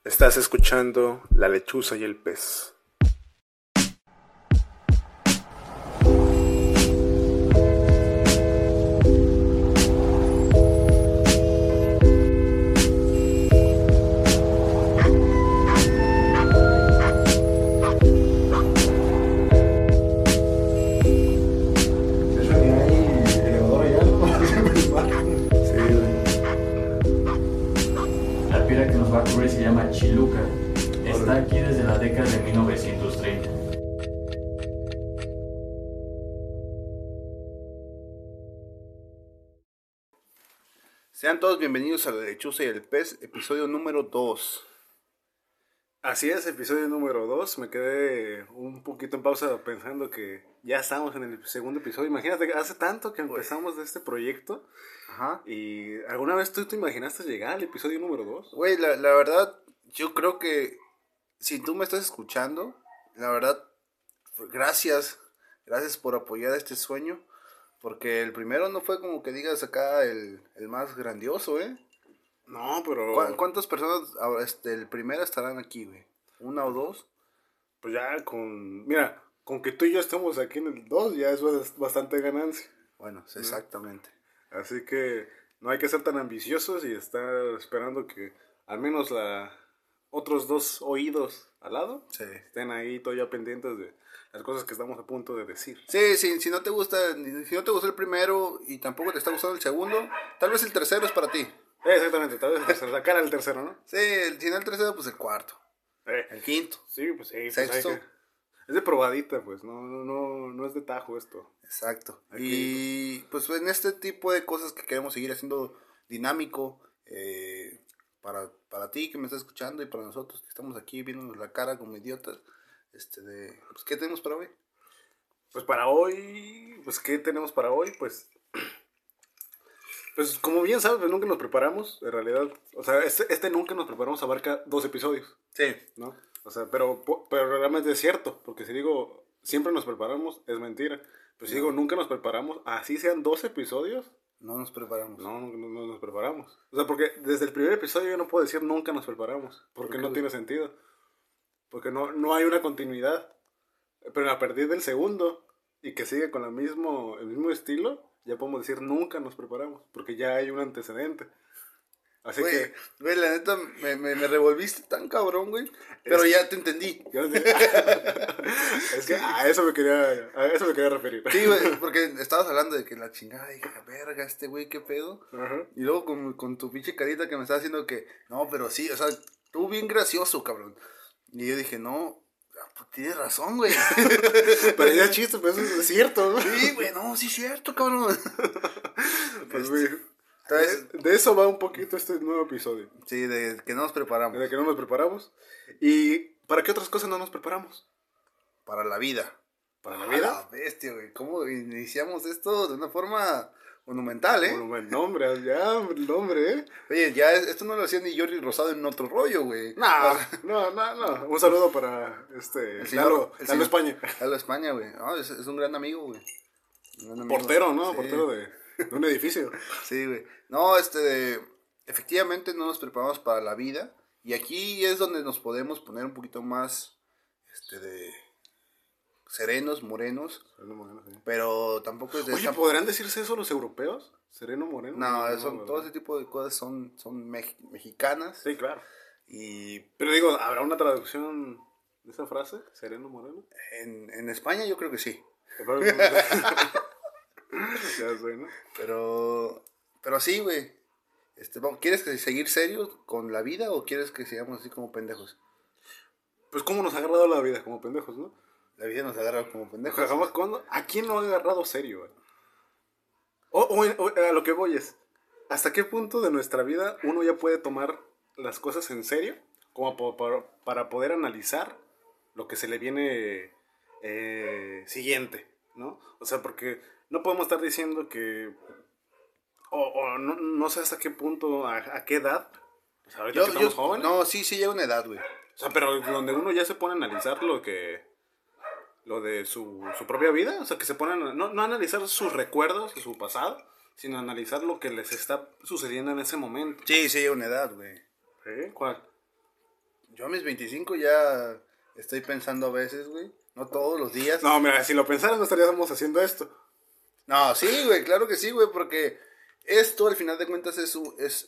Estás escuchando La Lechuza y el Pez. La piedra que nos va a cubrir se llama Chiluca. Está aquí desde la década de 1930. Sean todos bienvenidos a La Lechuza y el Pez, episodio número 2. Así es, episodio número 2. Me quedé un poquito en pausa pensando que ya estamos en el segundo episodio. Imagínate, hace tanto que empezamos de este proyecto. Ajá. ¿Y alguna vez tú te imaginaste llegar al episodio número 2? Güey, la verdad, yo creo que si tú me estás escuchando, la verdad, gracias por apoyar este sueño, porque el primero no fue como que digas acá el más grandioso, ¿eh? No, pero... ¿Cuántas personas el primero estarán aquí, güey? ¿Una o dos? Pues ya Mira, con que tú y yo estemos aquí en el 2 ya eso es bastante ganancia. Bueno, exactamente. Así que no hay que ser tan ambiciosos y estar esperando que al menos otros dos oídos al lado estén ahí todavía pendientes de las cosas que estamos a punto de decir. Sí, si no te gusta, si no te gustó el primero y tampoco te está gustando el segundo, tal vez el tercero es para ti. Exactamente, tal vez el tercero, sacar al tercero, ¿no? Sí, si no el tercero, pues el cuarto. El quinto. Sí, pues sí. Sexto. Pues es de probadita, pues, no es de tajo esto. Exacto. Y pues en este tipo de cosas que queremos seguir haciendo dinámico, para ti que me estás escuchando y para nosotros que estamos aquí viéndonos la cara como idiotas, pues, ¿qué tenemos para hoy? Pues para hoy, pues ¿qué tenemos para hoy? Pues como bien sabes, pues, nunca nos preparamos, en realidad. O sea, este nunca nos preparamos abarca 2 episodios. Sí. ¿No? O sea, pero realmente es cierto, porque si digo siempre nos preparamos, es mentira. Pero si digo nunca nos preparamos, así sean 2 episodios, no nos preparamos. No nos preparamos. O sea, porque desde el primer episodio yo no puedo decir nunca nos preparamos, porque no tiene sentido. Porque no hay una continuidad. Pero a partir del segundo, y que sigue con el mismo estilo, ya podemos decir nunca nos preparamos, porque ya hay un antecedente. Así que... Güey, la neta, me revolviste tan cabrón, güey. Pero ya te entendí. Es que a eso me quería referir. Sí, güey, porque estabas hablando de que la chingada, dije, verga, este güey, qué pedo. Uh-huh. Y luego con tu pinche carita que me estaba haciendo que, no, pero sí, o sea, tú bien gracioso, cabrón. Y yo dije, no, pues tienes razón, güey. Parecía chiste, pero eso es cierto, ¿no? Sí, güey, no, sí es cierto, cabrón. Pues, güey, de eso va un poquito este nuevo episodio. Sí, de que no nos preparamos. De que no nos preparamos. ¿Y para qué otras cosas no nos preparamos? Para la vida. ¿Para la vida? La bestia, güey. ¿Cómo iniciamos esto de una forma monumental, eh? Nombre, ¿eh? Oye, ya esto no lo hacía ni Jordi Rosado en otro rollo, güey. No. Un saludo para Lalo España. Lalo España, güey. No, es un gran amigo, güey. Portero, ¿no? Sí. Portero de un edificio. Sí, güey. No, efectivamente no nos preparamos para la vida. Y aquí es donde nos podemos poner un poquito más, serenos, morenos. Sí. Pero tampoco es de... Oye, ¿podrán decirse eso los europeos? ¿Sereno, moreno? No, todo ese tipo de cosas son mexicanas. Sí, claro. Pero digo, ¿habrá una traducción de esa frase? ¿Sereno, moreno? En España yo creo que sí. Ya sé, ¿no? Pero sí, güey. ¿Quieres seguir serios con la vida o quieres que sigamos así como pendejos? Pues cómo nos ha agarrado la vida como pendejos, ¿no? La vida nos agarra como pendejos. ¿Cuándo? ¿A quién no ha agarrado serio, güey? O a lo que voy es, ¿hasta qué punto de nuestra vida uno ya puede tomar las cosas en serio? Como para poder analizar lo que se le viene siguiente, ¿no? O sea, porque no podemos estar diciendo que... O no sé hasta qué punto, a qué edad. O sea, ahorita que estamos jóvenes. No, sí llega una edad, güey. O sea, pero donde uno ya se pone a analizar lo de su propia vida. O sea, que se ponen no analizar sus recuerdos de su pasado, sino analizar lo que les está sucediendo en ese momento. Sí llega una edad, güey. ¿Sí? ¿Cuál? Yo a mis 25 ya estoy pensando a veces, güey. No todos los días. No, mira, si lo pensaras no estaríamos haciendo esto. No, sí, güey, claro que sí, güey, porque esto al final de cuentas es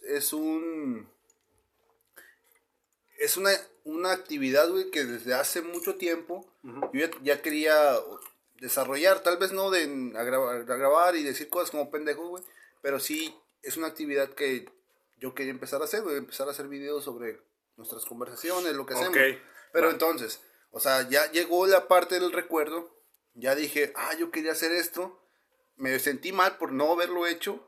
una actividad, güey, que desde hace mucho tiempo yo ya quería desarrollar, tal vez no a grabar y decir cosas como pendejo, güey, pero sí es una actividad que yo quería empezar a hacer, güey, empezar a hacer videos sobre nuestras conversaciones, lo que hacemos. Pero entonces, o sea, ya llegó la parte del recuerdo, ya dije, yo quería hacer esto, me sentí mal por no haberlo hecho,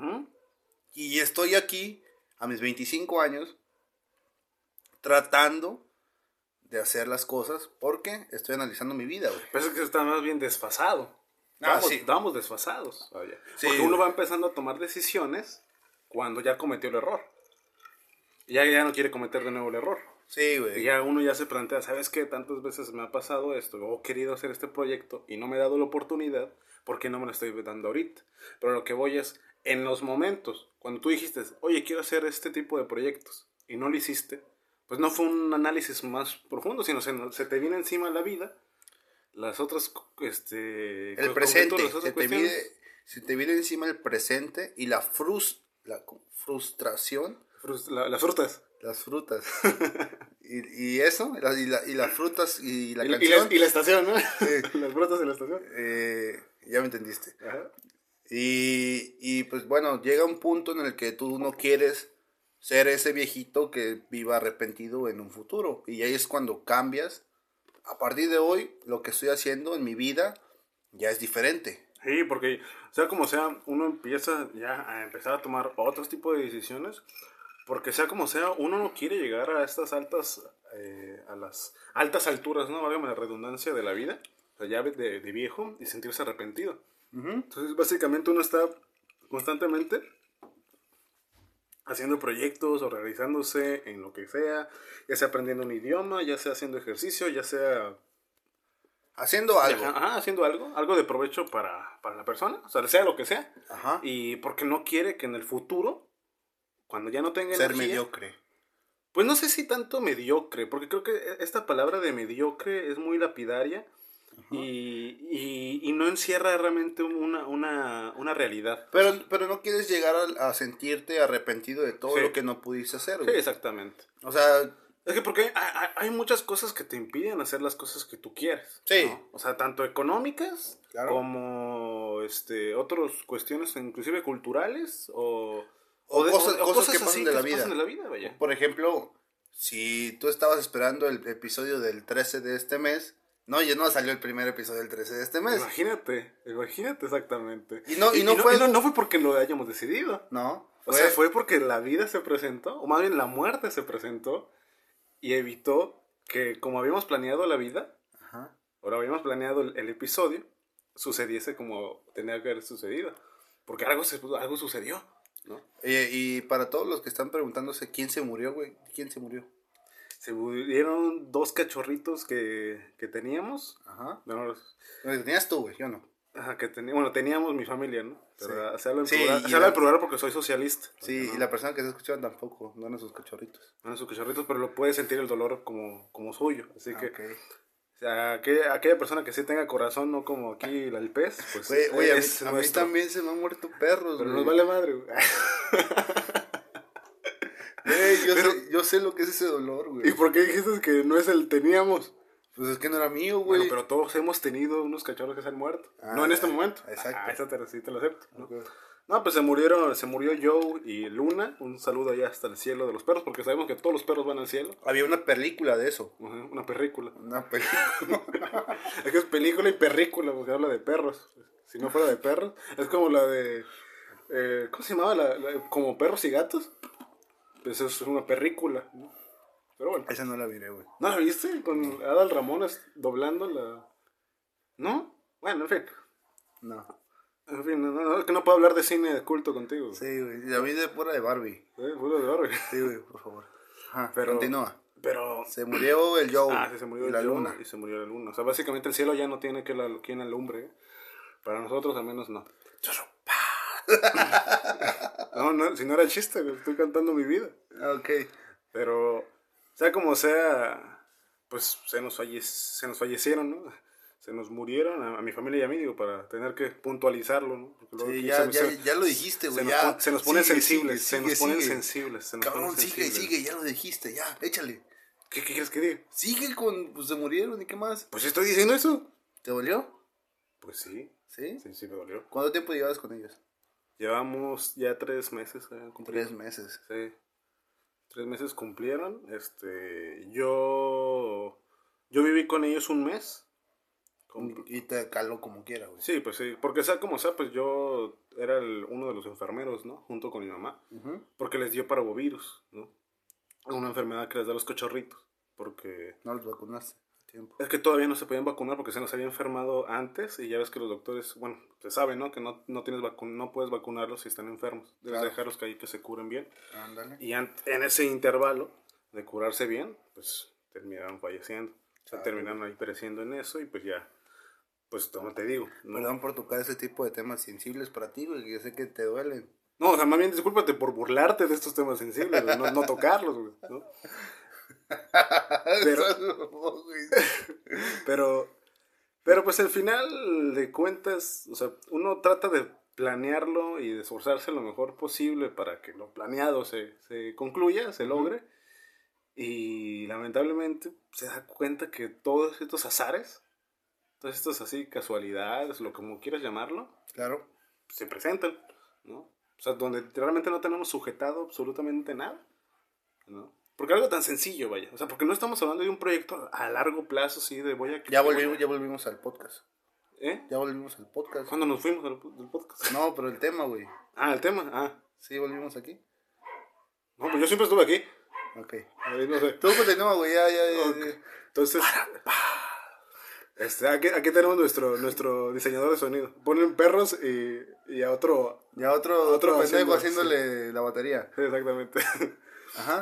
y estoy aquí a mis 25 años tratando de hacer las cosas porque estoy analizando mi vida, güey. Pero es que está más bien desfasado. Sí. Vamos desfasados. Sí, porque uno va empezando a tomar decisiones cuando ya cometió el error. Y ya no quiere cometer de nuevo el error. Sí, güey. Y ya uno ya se plantea, ¿sabes qué? Tantas veces me ha pasado esto, o he querido hacer este proyecto y no me he dado la oportunidad, ¿por qué no me lo estoy dando ahorita? Pero lo que voy es, en los momentos, cuando tú dijiste, oye, quiero hacer este tipo de proyectos, y no lo hiciste, pues no fue un análisis más profundo, sino se te viene encima la vida, las otras, el presente, se te viene encima el presente y la frustración. Las frutas. Las frutas. y eso, y las frutas y la canción. Y la estación, ¿no? Sí. Las frutas y la estación. Ya me entendiste. Ajá. Y pues bueno, llega un punto en el que tú no quieres ser ese viejito que viva arrepentido en un futuro. Y ahí es cuando cambias. A partir de hoy, lo que estoy haciendo en mi vida ya es diferente. Sí, porque sea como sea, uno empieza ya a empezar a tomar otros tipos de decisiones. Porque sea como sea, uno no quiere llegar a estas a las altas alturas, ¿no? Válgame la redundancia de la vida, o sea, ya de viejo y sentirse arrepentido. Entonces, básicamente uno está constantemente haciendo proyectos o realizándose en lo que sea, ya sea aprendiendo un idioma, ya sea haciendo ejercicio, ya sea haciendo algo. Haciendo algo de provecho para la persona, o sea, sea lo que sea. Ajá. Y porque no quiere que en el futuro, cuando ya no tenga ser energía, mediocre. Pues no sé si tanto mediocre, porque creo que esta palabra de mediocre es muy lapidaria y no encierra realmente una realidad. Pero no quieres llegar a sentirte arrepentido de todo lo que no pudiste hacer, güey. Sí, exactamente. O sea, es que porque hay muchas cosas que te impiden hacer las cosas que tú quieres. Sí. ¿no? O sea, tanto económicas como otras cuestiones inclusive culturales o cosas que pasan así de la que vida. pasan de la vida, vaya. Por ejemplo, si tú estabas esperando el episodio del 13 de este mes, no, ya no salió el primer episodio del 13 de este mes. Imagínate exactamente. Y no fue porque lo hayamos decidido. No. O sea, fue porque la vida se presentó, o más bien la muerte se presentó y evitó que, como habíamos planeado la vida, ahora habíamos planeado el episodio, sucediese como tenía que haber sucedido. Porque algo sucedió, ¿no? Y para todos los que están preguntándose quién se murió, güey, ¿quién se murió? Se murieron 2 cachorritos que teníamos. Ajá. No, los tenías tú, güey, yo no. Ajá, teníamos mi familia, ¿no? Pero se habla en plural, plural porque soy socialista. Sí, y la persona que se escuchaba tampoco, no eran sus cachorritos. No eran sus cachorritos, pero lo puede sentir el dolor como suyo. Así que, okay. O sea, aquella persona que sí tenga corazón, no como aquí el pez, pues güey, a mí también se me han muerto perros, pero nos vale madre, güey. Yo sé lo que es ese dolor, güey. ¿Y por qué dijiste que no es el teníamos? Pues es que no era mío, güey. Bueno, pero todos hemos tenido unos cachorros que se han muerto. No en este momento. Exacto. Esa sí te lo acepto, ¿no? Okay. No, pues se murió Joe y Luna. Un saludo allá hasta el cielo de los perros, porque sabemos que todos los perros van al cielo. Había una película de eso. Una película. Una película. Es que es película y perrícula, porque habla de perros. Si no fuera de perros, es como la de... ¿cómo se llamaba? Como perros y gatos. Pues es una película, ¿no? Pero bueno. Esa no la miré, güey. ¿No la viste? Con Adal Ramones doblando la... ¿No? Bueno, en fin. No. En fin, es que no puedo hablar de cine de culto contigo. Sí, güey. La vi de pura de Barbie. Pura de Barbie. Sí, güey, por favor. Ajá, pero, continúa. Pero... Se murió el Joe. Sí, se murió la el Joe luna. y se murió la luna. O sea, básicamente el cielo ya no tiene quien alumbre. ¿Eh? Para nosotros al menos no. No, si no era el chiste, estoy cantando mi vida. Ok. Pero sea como sea, pues se nos fallecieron, ¿no? Se nos murieron a mi familia y a mí, digo, para tener que puntualizarlo, ¿no? Porque luego Sí, aquí ya lo dijiste, güey. se nos ponen Sigue, sensibles, sigue, se nos ponen sigue. sensibles. Cabrón, sigue, ya lo dijiste, ya, échale. ¿Qué quieres que diga? Sigue con, pues se murieron, ¿y qué más? Pues estoy diciendo eso. ¿Te dolió? Pues sí, ¿Sí? sí me dolió. ¿Cuánto tiempo llevabas con ellos? Llevamos ya 3 meses. 3 meses. Sí. 3 meses cumplieron. Yo viví con ellos un mes. Y te caló como quiera, güey. Sí, pues sí. Porque sea como sea, pues yo era uno de los enfermeros, ¿no? Junto con mi mamá. Uh-huh. Porque les dio parvovirus, ¿no? Una enfermedad que les da a los cachorritos. Porque No los vacunaste a tiempo. es que todavía no se podían vacunar porque se nos había enfermado antes. Y ya ves que los doctores, bueno, se sabe, ¿no? Que no puedes vacunarlos si están enfermos. Debes Claro. dejarlos que se curen bien. Ándale. Y en ese intervalo de curarse bien, pues terminaron falleciendo. O sea, terminaron ahí pereciendo en eso y pues ya, pues como te digo, ¿no? Perdón por tocar ese tipo de temas sensibles para ti, güey, que yo sé que te duelen. No, o sea, más bien discúlpate por burlarte de estos temas sensibles, güey, no tocarlos, güey, ¿no? Pero pues al final de cuentas, o sea, uno trata de planearlo y de esforzarse lo mejor posible para que lo planeado se concluya, se logre. Y lamentablemente se da cuenta que todos estos azares, todas estas así casualidades, lo como quieras llamarlo, Claro. se presentan, ¿no? O sea, donde realmente no tenemos sujetado absolutamente nada, ¿no? Porque algo tan sencillo, vaya. O sea, porque no estamos hablando de un proyecto a largo plazo, sí, de voy a... Ya volvimos al podcast. ¿Eh? Ya volvimos al podcast. ¿Cuándo nos fuimos del podcast? No, pero el tema, güey. Ah, el tema, Sí, volvimos aquí. No, pues yo siempre estuve aquí. Ok. No sé. Tú continúa, güey, ya. Entonces, aquí tenemos nuestro diseñador de sonido. Ponen perros y a otro... Ya otro pendejo haciendo, haciéndole la batería. Sí, exactamente. Ajá.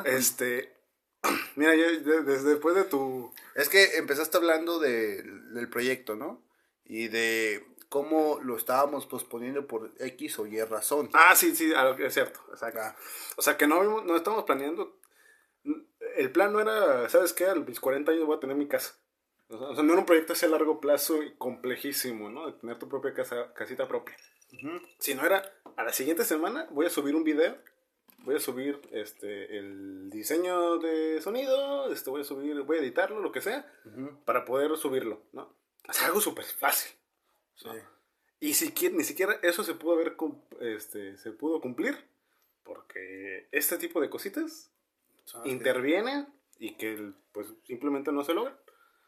Mira, desde después de tu... Es que empezaste hablando del proyecto, ¿no? Y de cómo lo estábamos posponiendo por X o Y razón. Sí, es cierto. Exacto. O sea, que no estamos planeando... El plan no era, ¿sabes qué? A mis 40 años voy a tener mi casa. O sea, no era un proyecto así a largo plazo y complejísimo, ¿no? De tener tu propia casita propia. Uh-huh. Sino era, a la siguiente semana voy a subir un video. Voy a subir el diseño de sonido, voy a editarlo, lo que sea, Uh-huh. para poder subirlo, ¿no? O sea, algo súper fácil, ¿no? Sí. Y ni siquiera eso se pudo cumplir, porque este tipo de cositas intervienen y que pues simplemente no se logran.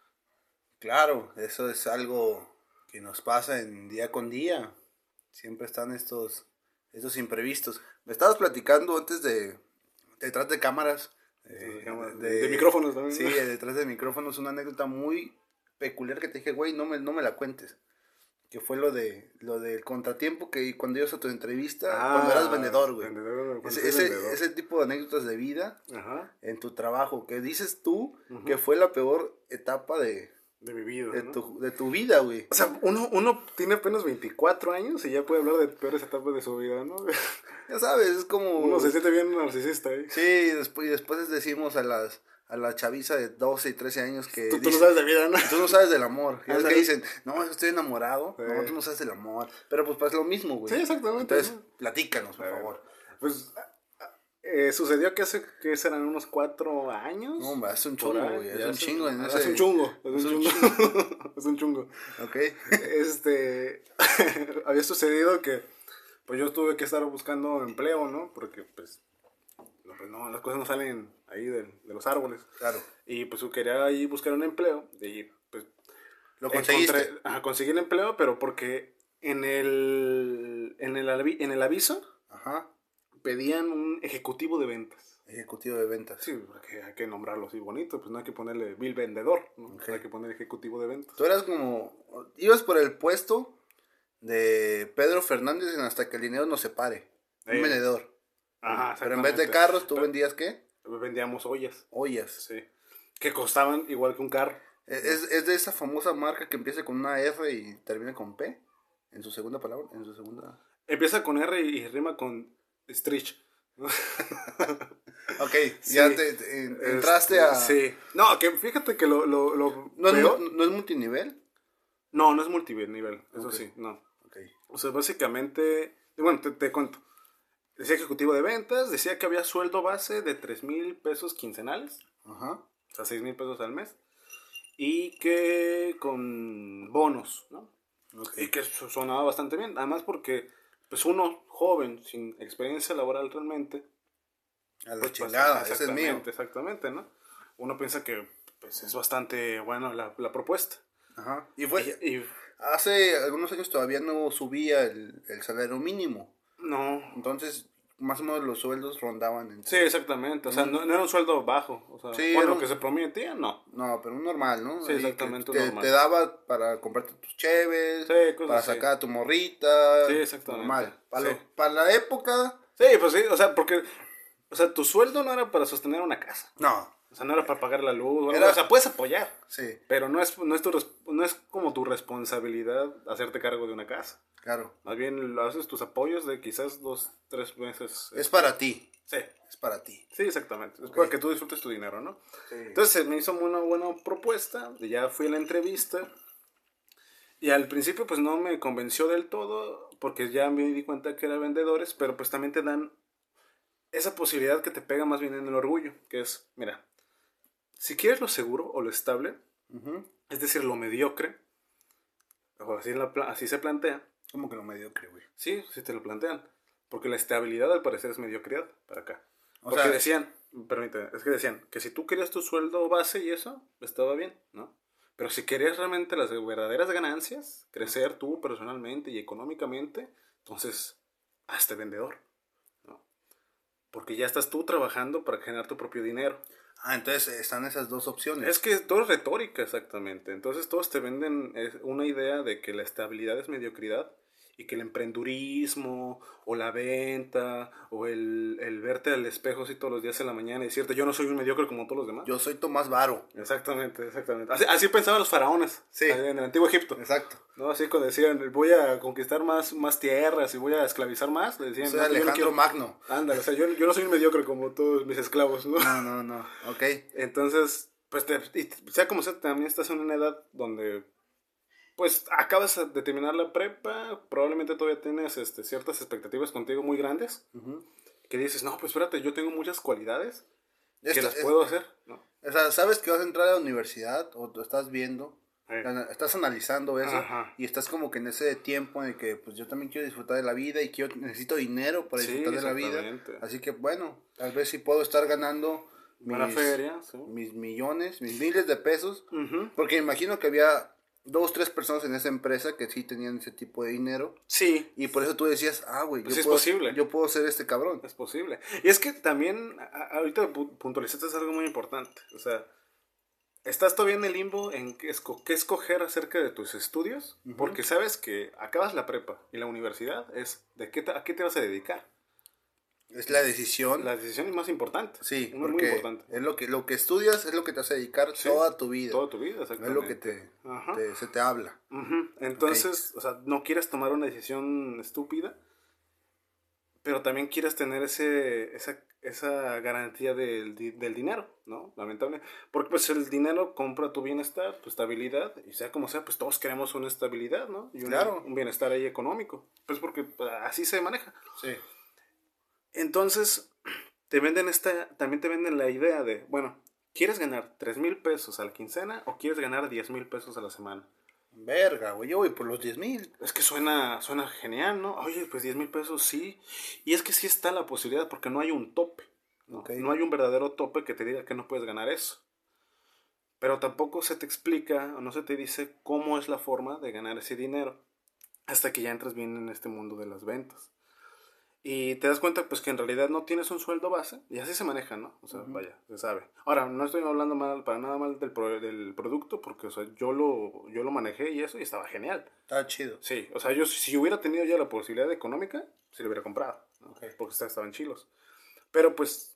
Claro, eso es algo que nos pasa en día con día. Siempre están estos imprevistos. Me estabas platicando antes detrás de cámaras. De micrófonos también. Sí, detrás de micrófonos, una anécdota muy peculiar que te dije, güey, no me la cuentes. Que fue lo del contratiempo que cuando ibas a tu entrevista, cuando eras vendedor, güey. Ese tipo de anécdotas de vida. Ajá. En tu trabajo, que dices tú Uh-huh. que fue la peor etapa de mi vida, ¿no? de tu vida, güey. O sea, uno tiene apenas 24 años y ya puede hablar de peores etapas de su vida, ¿no? Ya sabes, es como... Uno se siente bien narcisista, ¿eh? Sí, y después les decimos a la chaviza de 12 y 13 años que... Tú no sabes de vida, ¿no? Tú no sabes del amor. Y es Ajá. que dicen, no, estoy enamorado. Sí. No, tú no sabes del amor. Pero pues pasa lo mismo, güey. Sí, exactamente. Entonces, platícanos, por favor. Pues sucedió que serán unos 4 años. No, hombre, es un por chungo, ahí, güey. Es ya un chingo. Es un chungo. Es un chungo. Ok. Había sucedido que pues yo tuve que estar buscando empleo, ¿no? Porque pues no, las cosas no salen ahí de los árboles. Claro. Y pues yo quería ahí buscar un empleo y pues Lo conseguiste. Conseguí el empleo, pero porque en el aviso Ajá. pedían un ejecutivo de ventas. Ejecutivo de ventas. Sí, porque hay que nombrarlo así bonito, pues no hay que ponerle Bill Vendedor, ¿no? Okay. Hay que poner ejecutivo de ventas. Tú eras como... Ibas por el puesto de Pedro Fernández en Hasta que el dinero nos separe. Un vendedor. Ajá, Pero en vez de carros, ¿tú vendías qué? Vendíamos ollas. Ollas. Sí. Que costaban igual que un carro. Es de esa famosa marca que empieza con una R y termina con P. En su segunda palabra. En su segunda... Empieza con R y rima con Stretch. Ok, Sí, ya entraste a... Sí. No, que fíjate que lo ¿No es, peor... no es multinivel? No, no es multinivel, eso Ok. sí, no. Ok. O sea, básicamente, bueno, te cuento. Decía ejecutivo de ventas, decía que había sueldo base de 3,000 pesos quincenales, Ajá. o sea, 6,000 pesos al mes, y que con bonos, ¿no? Ok. Y que eso sonaba bastante bien, además porque, pues uno joven, sin experiencia laboral realmente, A la pues chingada, ese es mío. exactamente, ¿no? Uno piensa que, pues es bastante buena la propuesta. Ajá. Y fue... Y Hace algunos años todavía no subía el salario mínimo. no, Entonces, más o menos los sueldos rondaban sí, entre... exactamente, o sea, no era un sueldo bajo, o sea, Sí, bueno, era lo que se prometía, no. No, pero un normal, ¿no? Sí, Ahí que exactamente, te normal. daba para comprarte tus cheves, Sí, para cosas así. sacar a tu morrita, Sí, exactamente. normal. Para, Sí. para la época, Sí, pues sí, o sea, porque, o sea, tu sueldo no era para sostener una casa. no. O sea, no era para pagar la luz, o algo, Era, o sea, puedes apoyar, sí, pero no es como tu responsabilidad hacerte cargo de una casa. claro. Más bien lo haces tus apoyos de quizás 2, 3 meses. Es para ti, Sí, es para ti. sí, exactamente. Es Ok. para que tú disfrutes tu dinero, ¿no? Sí. Entonces me hizo una buena propuesta, y ya fui a la entrevista. Y al principio pues no me convenció del todo, porque ya me di cuenta que eran vendedores, pero pues también te dan esa posibilidad que te pega más bien en el orgullo, que es, mira, si quieres lo seguro o lo estable, Ujú. es decir, lo mediocre, o así, así se plantea, Como que lo mediocre, güey. sí, sí te lo plantean, porque la estabilidad al parecer es mediocridad para acá. O Porque sea, decían, permíteme, es que decían que si tú querías tu sueldo base y eso, estaba bien, ¿no? Pero si querías realmente las verdaderas ganancias, crecer tú personalmente y económicamente, entonces hazte vendedor, ¿no? Porque ya estás tú trabajando para generar tu propio dinero. entonces están esas dos opciones. Es que todo es retórica, exactamente. Entonces todos te venden una idea de que la estabilidad es mediocridad y que el emprendurismo o la venta o el verte al espejo así todos los días en la mañana y decirte yo no soy un mediocre como todos los demás. Yo soy Tomás Varo. Exactamente, exactamente. Así pensaban los faraones, Sí. en el antiguo Egipto. Exacto. ¿No? Así cuando decían voy a conquistar más tierras y voy a esclavizar más, le decían Soy no, yo no Alejandro quiero... Magno. Ándale, o sea, yo no soy un mediocre como todos mis esclavos, ¿no? No. Ok. Entonces, pues sea como sea, también estás en una edad donde, pues, acabas de terminar la prepa, probablemente todavía tienes ciertas expectativas contigo muy grandes, Ujú. que dices, no, pues espérate, yo tengo muchas cualidades que Esto las es- puedo hacer, ¿no? O sea, sabes que vas a entrar a la universidad o tú estás viendo, estás analizando eso Ajá. y estás como que en ese tiempo en el que pues yo también quiero disfrutar de la vida y necesito dinero para Sí, disfrutar de la vida. exactamente. Así que bueno, tal vez sí puedo estar ganando Buena feria, sí. mis millones, mis miles de pesos, Ujú. porque imagino que había 2, 3 personas en esa empresa que sí tenían ese tipo de dinero Sí, y por eso tú decías, güey, Pues sí es posible. yo puedo ser este cabrón. es posible. Y es que también, ahorita puntualizaste algo muy importante, o sea, estás todavía en el limbo en qué escoger acerca de tus estudios, porque sabes que acabas la prepa y la universidad es de a qué te vas a dedicar. Es la decisión. La decisión más importante. Sí, Una muy porque importante. es lo que estudias es lo que te hace dedicar Sí, toda tu vida. Toda tu vida, No es exactamente. lo que Ajá. se te habla. Ujú. Entonces, o sea, no quieres tomar una decisión estúpida, pero también quieres tener esa garantía del dinero, ¿no? Lamentable. Porque pues el dinero compra tu bienestar, tu estabilidad, y sea como sea, pues todos queremos una estabilidad, ¿no? Y Claro. un bienestar ahí económico. Pues porque así se maneja. Sí. Entonces, también te venden la idea de, bueno, ¿quieres ganar 3,000 pesos a la quincena o quieres ganar 10,000 pesos a la semana? Verga, güey, yo voy por los 10,000. Es que suena genial, ¿no? Oye, pues 10,000 pesos sí. Y es que sí está la posibilidad porque no hay un tope, ¿no? Ok. No hay un verdadero tope que te diga que no puedes ganar eso. Pero tampoco se te explica o no se te dice cómo es la forma de ganar ese dinero hasta que ya entras bien en este mundo de las ventas. Y te das cuenta pues que en realidad no tienes un sueldo base y así se maneja, ¿no? O sea, vaya, se sabe. Ahora, no estoy hablando para nada mal del producto porque, o sea, yo lo manejé y eso y estaba genial. Está chido. Sí, o sea, yo si hubiera tenido ya la posibilidad económica, se lo hubiera comprado, ¿no? Ok. Porque estaban chilos. Pero pues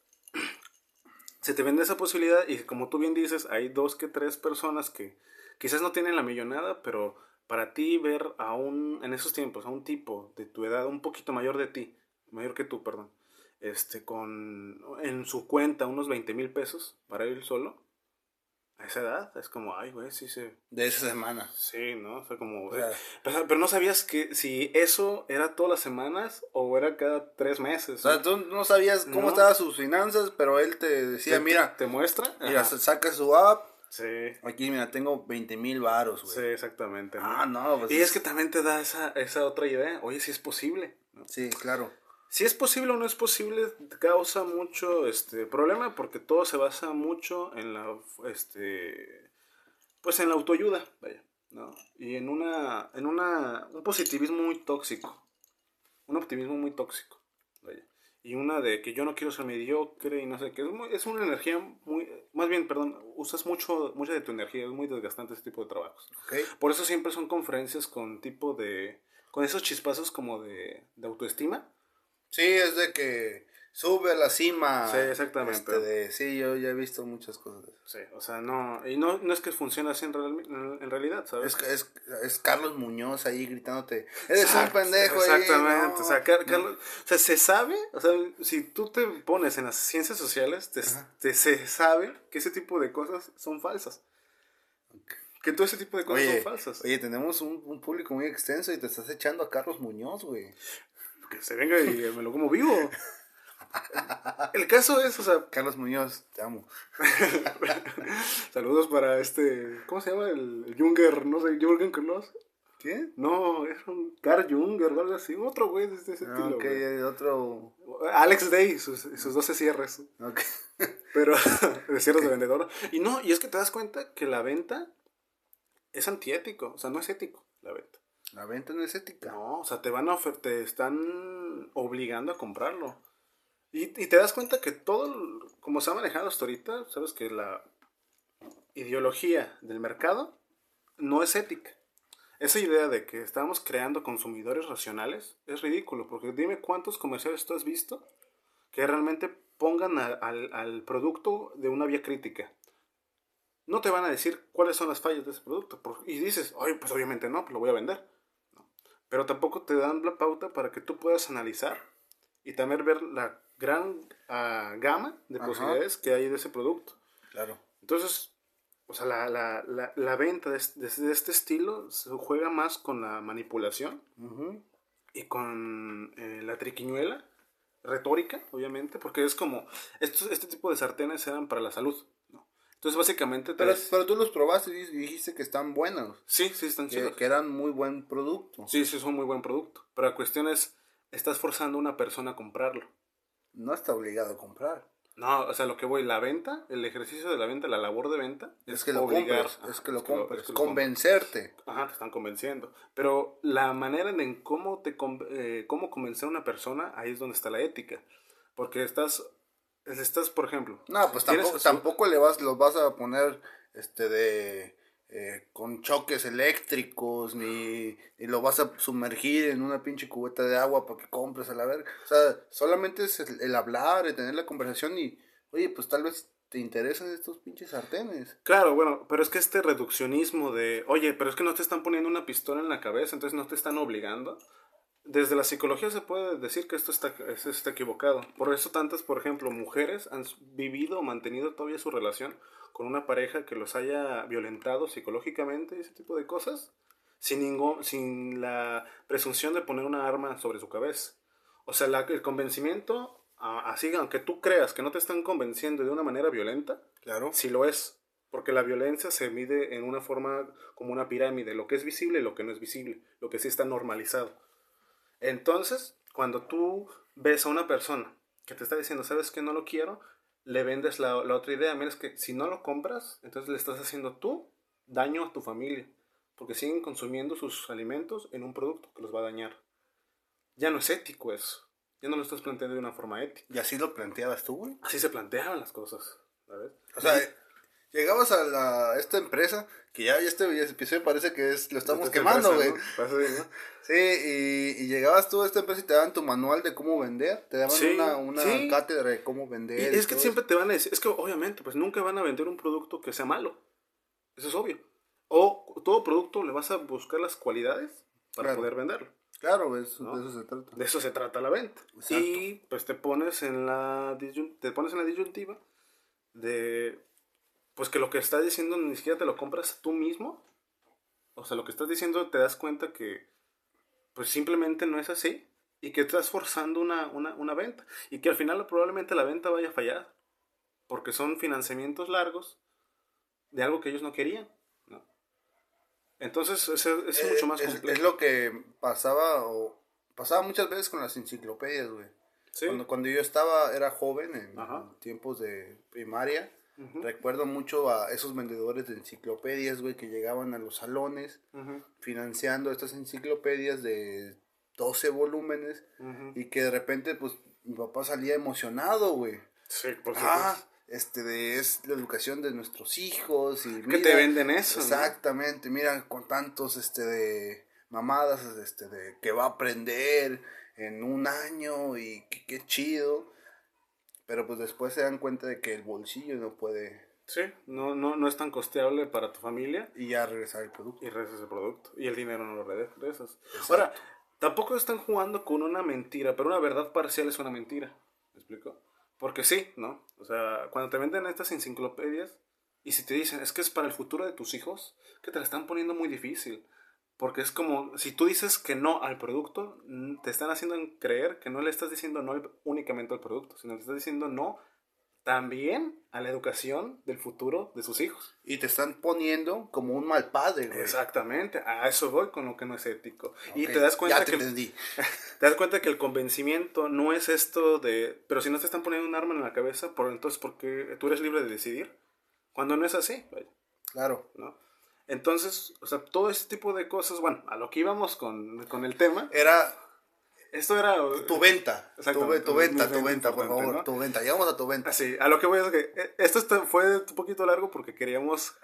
se te vende esa posibilidad y como tú bien dices, hay 2 que 3 personas que quizás no tienen la millonada, pero para ti ver en esos tiempos, a un tipo de tu edad, un poquito mayor que tú, perdón, en su cuenta unos 20,000 pesos para ir solo, a esa edad, es como, ay, güey, sí se... De esa semana. Sí, ¿no? O sea, como... O sea, pero no sabías que si eso era todas las semanas o era cada 3 meses. o sea, tú no sabías cómo No. estaban sus finanzas, pero él te decía, mira, ¿Te muestra? mira, Ajá. saca su app. Sí. Aquí, mira, tengo 20,000 varos, güey. Sí, exactamente. ¿no? Ah, no, pues Y es que también te da esa otra idea. Oye, si es posible, ¿no? Sí, claro. Si es posible o no es posible, causa mucho problema porque todo se basa mucho en la pues en la autoayuda, vaya, ¿no? Y en un positivismo muy tóxico. Un optimismo muy tóxico, vaya. Y una de que yo no quiero ser mediocre y no sé qué. Es una energía muy... Más bien, perdón, usas mucha de tu energía. Es muy desgastante ese tipo de trabajos. Okay. Por eso siempre son conferencias con con esos chispazos como de autoestima. Sí, es de que sube a la cima. Sí, exactamente. Sí, yo ya he visto muchas cosas de eso. Sí, o sea, no... Y no es que funcione así en realidad, ¿sabes? Es Carlos Muñoz ahí gritándote, eres un pendejo ahí. Exactamente, No, o sea, Carlos, o sea, se sabe, o sea, si tú te pones en las ciencias sociales, se sabe que ese tipo de cosas son falsas. Que todo ese tipo de cosas son falsas. Oye, tenemos un público muy extenso y te estás echando a Carlos Muñoz, güey. Que se venga y me lo como vivo. El caso es, o sea... Carlos Muñoz, te amo. Saludos para ¿cómo se llama? El Junger, no sé, Jürgen Kloss. ¿Quién? No, es un Carl Junger o algo así. Otro güey de ese estilo. Ok, güey. otro. Alex Day, sus 12 cierres. Ok. Pero, de cierres de vendedor. Y es que te das cuenta que la venta es antiético. O sea, no es ético la venta. La venta no es ética. No, o sea, te están obligando a comprarlo. Y te das cuenta que como se ha manejado hasta ahorita, sabes que la ideología del mercado no es ética. Esa idea de que estamos creando consumidores racionales es ridículo, porque dime cuántos comerciales tú has visto que realmente pongan al producto de una vía crítica. No te van a decir cuáles son las fallas de ese producto. Y dices, oye, pues obviamente no, pues lo voy a vender. ¿No? Pero tampoco te dan la pauta para que tú puedas analizar y también ver la gran gama de posibilidades que hay de ese producto. Claro. Entonces, o sea, la venta de este estilo se juega más con la manipulación y con la triquiñuela retórica, obviamente, porque es como, este tipo de sartenes eran para la salud, ¿no? Entonces, básicamente... Pero tú los probaste y dijiste que están buenos. Sí, están chidos. Que eran muy buen producto. Sí, son muy buen producto. Pero la cuestión es, estás forzando a una persona a comprarlo. No está obligado a comprar. No, o sea, lo que voy, la venta, el ejercicio de la venta, la labor de venta, es que lo obligar. compres, es que lo compres, convencerte. Ajá, te están convenciendo. Pero la manera en cómo convencer a una persona, ahí es donde está la ética. Porque estás por ejemplo... No, pues tampoco los vas a poner con choques eléctricos, ni lo vas a sumergir en una pinche cubeta de agua para que compres a la verga. O sea, solamente es el hablar, el tener la conversación y, oye, pues tal vez te interesan estos pinches sartenes. Claro, bueno, pero es que este reduccionismo de, oye, pero es que no te están poniendo una pistola en la cabeza, entonces no te están obligando. Desde la psicología se puede decir que esto está equivocado. Por eso tantas, por ejemplo, mujeres han vivido o mantenido todavía su relación con una pareja que los haya violentado psicológicamente y ese tipo de cosas, sin la presunción de poner una arma sobre su cabeza. O sea, el convencimiento, así, aunque tú creas que no te están convenciendo de una manera violenta, claro, sí lo es. Porque la violencia se mide en una forma como una pirámide, lo que es visible y lo que no es visible, lo que sí está normalizado. Entonces, cuando tú ves a una persona que te está diciendo, ¿sabes qué? No lo quiero, le vendes la otra idea. Mira, es que si no lo compras, entonces le estás haciendo tú daño a tu familia. Porque siguen consumiendo sus alimentos en un producto que los va a dañar. Ya no es ético eso. Ya no lo estás planteando de una forma ética. ¿Y así lo planteabas tú, güey? Así se planteaban las cosas, ¿sabes? O sea, llegabas a esta empresa, que ya este episodio parece que lo estamos quemando, güey. ¿No? Sí, y llegabas tú a esta empresa y te daban tu manual de cómo vender, te daban una cátedra de cómo vender. Y es que siempre te van a decir, es que obviamente, pues nunca van a vender un producto que sea malo. Eso es obvio. O todo producto le vas a buscar las cualidades para poder venderlo. Claro, ¿no? de eso se trata. De eso se trata la venta. Exacto. Y pues te pones en la disyuntiva de pues que lo que estás diciendo ni siquiera te lo compras tú mismo. O sea, lo que estás diciendo te das cuenta que pues simplemente no es así y que estás forzando una venta y que al final probablemente la venta vaya a fallar porque son financiamientos largos de algo que ellos no querían, ¿no? Entonces es mucho más complejo. Es lo que pasaba muchas veces con las enciclopedias, güey. ¿Sí? Cuando yo era joven, en tiempos de primaria, recuerdo mucho a esos vendedores de enciclopedias, güey, que llegaban a los salones financiando estas enciclopedias de 12 volúmenes y que de repente, pues, mi papá salía emocionado, güey. Sí, por supuesto. Es la educación de nuestros hijos y que te venden eso, exactamente, ¿no? Mira con tantos de mamadas de que va a aprender en un año y qué chido, pero pues después se dan cuenta de que el bolsillo no puede. Sí, no es tan costeable para tu familia. Y ya regresar el producto. Y regresas el producto. Y el dinero no lo regresas. Exacto. Ahora, tampoco están jugando con una mentira, pero una verdad parcial es una mentira. ¿Me explico? Porque sí, ¿no? O sea, cuando te venden estas enciclopedias y si te dicen, es que es para el futuro de tus hijos, que te la están poniendo muy difícil. Porque es como, si tú dices que no al producto, te están haciendo creer que no le estás diciendo no únicamente al producto, sino que estás diciendo no también a la educación del futuro de sus hijos. Y te están poniendo como un mal padre, güey. Exactamente, a eso voy con lo que no es ético. Okay. Y te das cuenta entendí. Te das cuenta que el convencimiento no es esto de, pero si no te están poniendo un arma en la cabeza, entonces porque tú eres libre de decidir, cuando no es así, vaya. Claro. ¿No? Entonces, o sea, todo este tipo de cosas, bueno, a lo que íbamos con el tema. Esto era tu venta. Tu venta, por favor, ¿no? Tu venta. Llegamos a tu venta. Sí, a lo que voy es que esto fue un poquito largo porque quería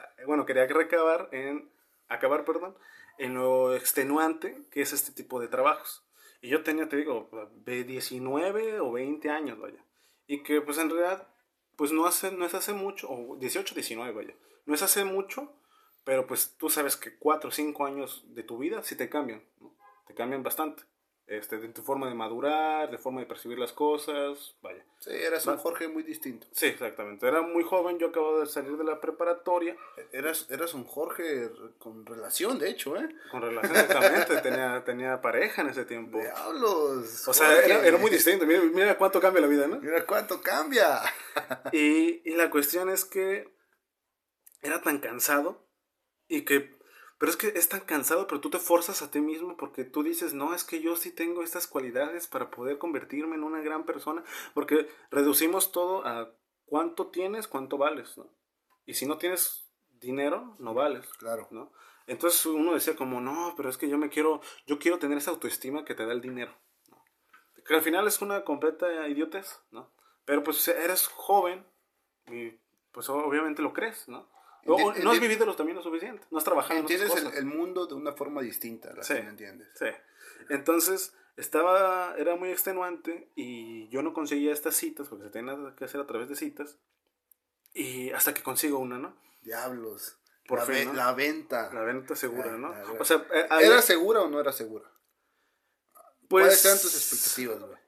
acabar en lo extenuante que es este tipo de trabajos. Y yo tenía, te digo, de 19 o 20 años, vaya. Y que pues en realidad, pues no es hace mucho, o 18, 19, vaya. No es hace mucho, pero pues tú sabes que 4 o 5 años de tu vida sí te cambian, ¿no? Te cambian bastante. De tu forma de madurar, de forma de percibir las cosas, vaya. Sí, eras un Jorge muy distinto. Sí, exactamente. Era muy joven, yo acababa de salir de la preparatoria. Eras un Jorge con relación, de hecho, ¿eh? Con relación, exactamente. tenía pareja en ese tiempo. ¡Diablos! O sea, era muy distinto. Mira cuánto cambia la vida, ¿no? Mira cuánto cambia. y la cuestión es que era tan cansado y que... Pero es que es tan cansado, pero tú te forzas a ti mismo porque tú dices, no, es que yo sí tengo estas cualidades para poder convertirme en una gran persona, porque reducimos todo a cuánto tienes, cuánto vales, ¿no? Y si no tienes dinero, no vales. Claro. ¿No? Entonces uno decía como, no, pero es que yo quiero tener esa autoestima que te da el dinero, ¿no? Que al final es una completa idiotez, ¿no? Pero pues eres joven y pues obviamente lo crees, ¿no? No has vivido también lo suficiente, no has trabajado en otras cosas. Entiendes el mundo de una forma distinta, sí, que entiendes. Sí. Entonces, era muy extenuante y yo no conseguía estas citas porque se tenían que hacer a través de citas. Y hasta que consigo una, ¿no? Diablos. Por fin, ¿no? La venta. La venta segura, ¿no? O sea, ¿era segura o no era segura? Pues, ¿cuáles eran tus expectativas, güey?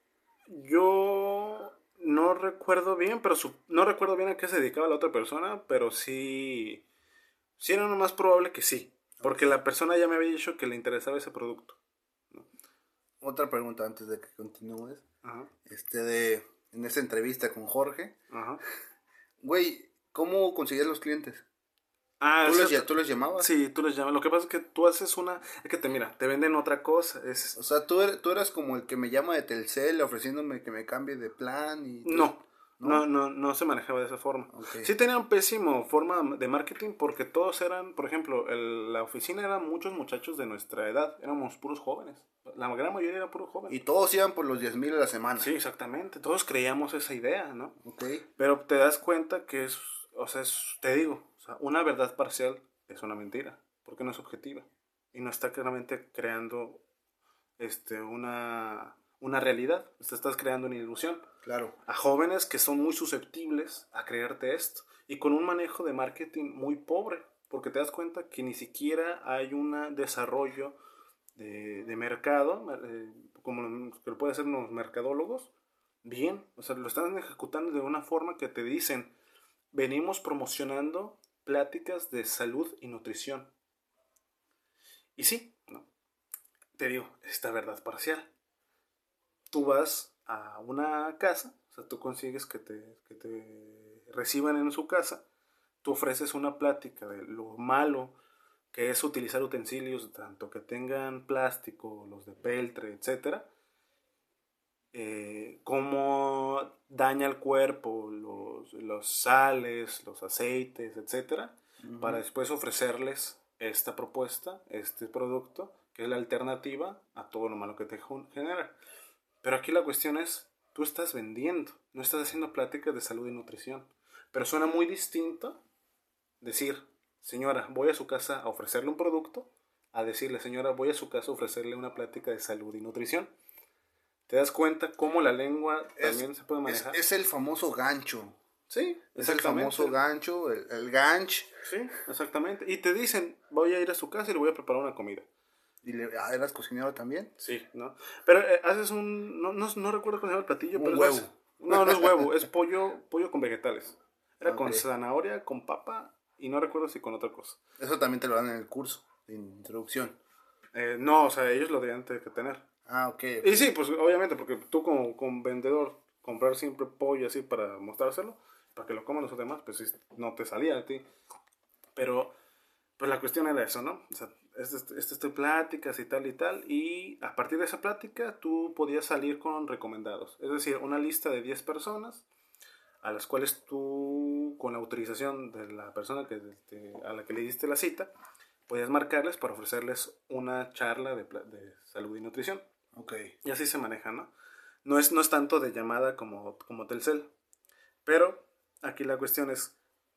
Yo no recuerdo bien, pero no recuerdo bien a qué se dedicaba la otra persona, pero sí era lo más probable que sí, porque la persona ya me había dicho que le interesaba ese producto, ¿no? Otra pregunta antes de que continúes. Ajá. En esa entrevista con Jorge. Ajá. Güey, ¿cómo conseguías los clientes? ¿Tú les llamabas? Sí, tú les llamas. Lo que pasa es que tú haces te venden otra cosa. O sea, tú eras como el que me llama de Telcel ofreciéndome que me cambie de plan y... No se manejaba de esa forma. Okay. Sí tenían pésimo forma de marketing porque todos eran, por ejemplo, la oficina eran muchos muchachos de nuestra edad, éramos puros jóvenes. La gran mayoría eran puros jóvenes. Y todos iban por los 10,000 a la semana. Sí, exactamente. Todos creíamos esa idea, ¿no? Okay. Pero te das cuenta que te digo, una verdad parcial es una mentira, porque no es objetiva y no está claramente creando una realidad, estás creando una ilusión. Claro. A jóvenes que son muy susceptibles a creerte esto y con un manejo de marketing muy pobre, porque te das cuenta que ni siquiera hay un desarrollo de mercado, como que lo pueden hacer los mercadólogos, bien, o sea, lo están ejecutando de una forma que te dicen, venimos promocionando pláticas de salud y nutrición. Y sí, ¿no? Te digo, esta verdad parcial. Tú vas a una casa, o sea, tú consigues que te reciban en su casa, tú ofreces una plática de lo malo que es utilizar utensilios, tanto que tengan plástico, los de peltre, etcétera, cómo daña el cuerpo, los sales, los aceites, etcétera, para después ofrecerles esta propuesta, este producto, que es la alternativa a todo lo malo que te genera. Pero aquí la cuestión es, tú estás vendiendo, no estás haciendo pláticas de salud y nutrición. Pero suena muy distinto decir, señora, voy a su casa a ofrecerle un producto, a decirle, señora, voy a su casa a ofrecerle una plática de salud y nutrición. ¿Te das cuenta cómo la lengua también se puede manejar? Es el famoso gancho. Sí, es el famoso gancho, el ganch. Sí, exactamente. Y te dicen, voy a ir a su casa y le voy a preparar una comida. ¿Y eras cocinero también? Sí, ¿no? Pero haces un... No recuerdo cómo se llama el platillo, un pero huevo. No es huevo, es pollo con vegetales. Era Okay. con zanahoria, con papa y no recuerdo si con otra cosa. Eso también te lo dan en el curso de introducción. No, o sea, ellos lo debían que tener. Okay. Y sí, pues obviamente, porque tú como vendedor, comprar siempre pollo así para mostrárselo, para que lo coman los demás, pues no te salía a ti. Pero pues la cuestión era eso, ¿no? O sea, pláticas y tal, y a partir de esa plática tú podías salir con recomendados. Es decir, una lista de 10 personas a las cuales tú, con la autorización de la persona a la que le diste la cita, podías marcarles para ofrecerles una charla de salud y nutrición. Okay. Y así se maneja, ¿no? No es tanto de llamada como Telcel. Pero aquí la cuestión es,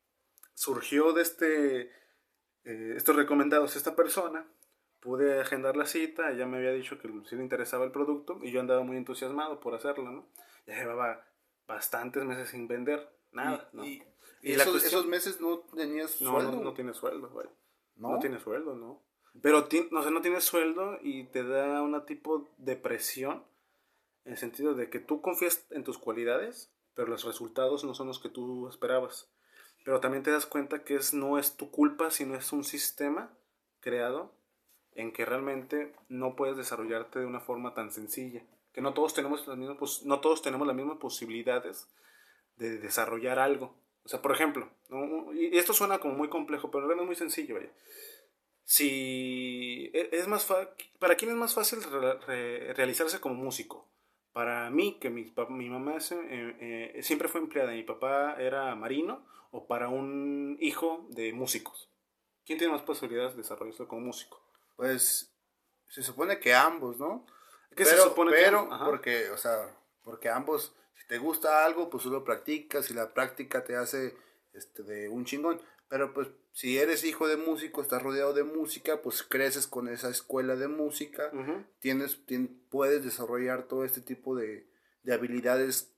surgió de estos recomendados esta persona, pude agendar la cita, ella me había dicho que sí le interesaba el producto y yo andaba muy entusiasmado por hacerlo, ¿no? Ya llevaba bastantes meses sin vender nada, ¿no? Y esos meses no tenías sueldo. No tienes sueldo, güey. ¿No? No tienes sueldo, ¿no? Pero no tienes sueldo y te da una tipo de presión en el sentido de que tú confías en tus cualidades, pero los resultados no son los que tú esperabas. Pero también te das cuenta que no es tu culpa, sino es un sistema creado en que realmente no puedes desarrollarte de una forma tan sencilla. Que no todos tenemos las mismas posibilidades de desarrollar algo. O sea, por ejemplo, ¿no? Y esto suena como muy complejo, pero realmente es muy sencillo, vaya. Si es ¿para quién es más fácil realizarse como músico? Para mí, que mi mamá siempre fue empleada y mi papá era marino, o para un hijo de músicos. ¿Quién tiene más posibilidades de desarrollarse como músico? Pues se supone que ambos, ¿no? ¿Qué se supone que porque ambos, si te gusta algo, pues tú lo practicas y la práctica te hace de un chingón. Pero pues si eres hijo de músico, estás rodeado de música, pues creces con esa escuela de música, puedes desarrollar todo este tipo de habilidades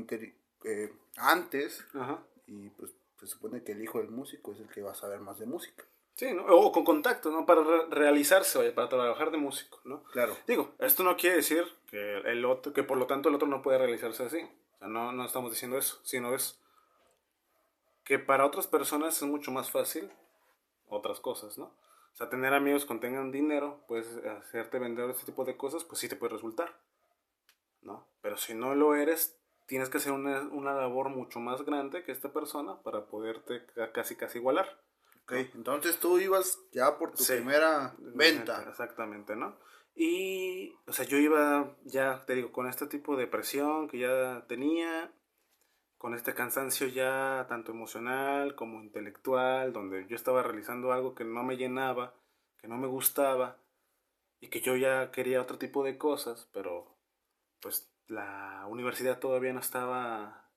antes, y pues se supone que el hijo del músico es el que va a saber más de música. Sí, ¿no? O con contacto, ¿no? Para realizarse, oye, para trabajar de músico, ¿no? Claro. Digo, esto no quiere decir que por lo tanto el otro no puede realizarse así. O sea, no estamos diciendo eso, sino es que para otras personas es mucho más fácil otras cosas, ¿no? O sea, tener amigos que tengan dinero, puedes hacerte vender este tipo de cosas, pues sí te puede resultar, ¿no? Pero si no lo eres, tienes que hacer una labor mucho más grande que esta persona para poderte casi igualar. Ok, entonces tú ibas ya por tu primera venta. Exactamente, ¿no? Y, o sea, yo iba ya, te digo, con este tipo de presión que ya tenía, con este cansancio ya tanto emocional como intelectual, donde yo estaba realizando algo que no me llenaba, que no me gustaba, y que yo ya quería otro tipo de cosas, pero pues la universidad todavía no estaba,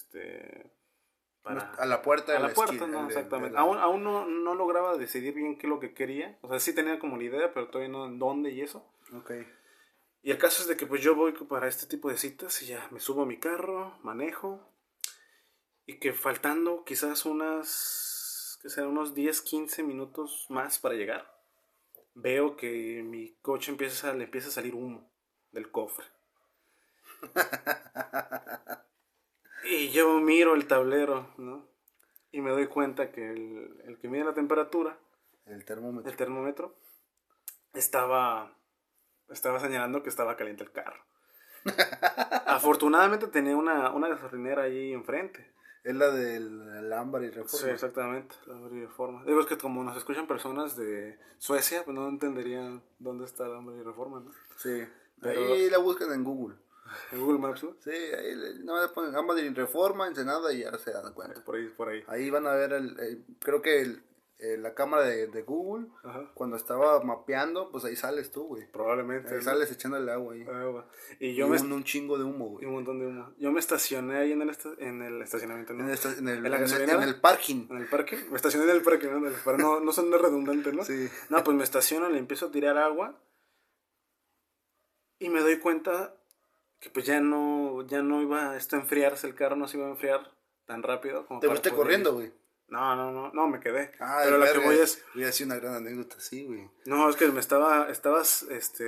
a la puerta de la esquina, no, exactamente. Aún no lograba decidir bien qué es lo que quería. O sea, sí tenía como la idea, pero todavía no en dónde y eso. Okay. Y el caso es de que pues yo voy para este tipo de citas y ya me subo a mi carro, manejo, y que faltando quizás unos 10, 15 minutos más para llegar, veo que mi coche le empieza a salir humo del cofre. Y yo miro el tablero, ¿no? Y me doy cuenta que el que mide la temperatura, El termómetro. el termómetro, estaba señalando que estaba caliente el carro. Afortunadamente tenía una gasolinera ahí enfrente. Es la del ámbar y reforma. Sí, exactamente, la Hambre y Reforma. Digo, es que como nos escuchan personas de Suecia, pues no entenderían dónde está la Hambre y Reforma, ¿no? Sí. Pero- Ahí la buscan en Google. En Google Maps, ¿no? Sí, ahí no le ponen ámbar y reforma, Ensenada y ya se dan cuenta. Por ahí. Ahí van a ver, creo que la cámara de Google, Ajá. cuando estaba mapeando, pues ahí sales tú, güey. Probablemente. Ahí ¿no? sales echándole agua ahí. Agua. Y Y yo un chingo de humo, y güey. un montón de humo. Yo me estacioné ahí en el estacionamiento, ¿no? En ¿En la en gasolinera? el parking. ¿En el parque? Me estacioné en el parque, ¿no? Para no sonar redundante, ¿no? Sí. No, pues me estaciono, le empiezo a tirar agua y me doy cuenta que pues ya no iba esto a enfriarse, el carro no se iba a enfriar tan rápido como Te para fuiste poder corriendo, ir. güey. No, me quedé. Ah, Pero lo que voy es, Hubiera sido una gran anécdota, sí, güey. no, es que estabas,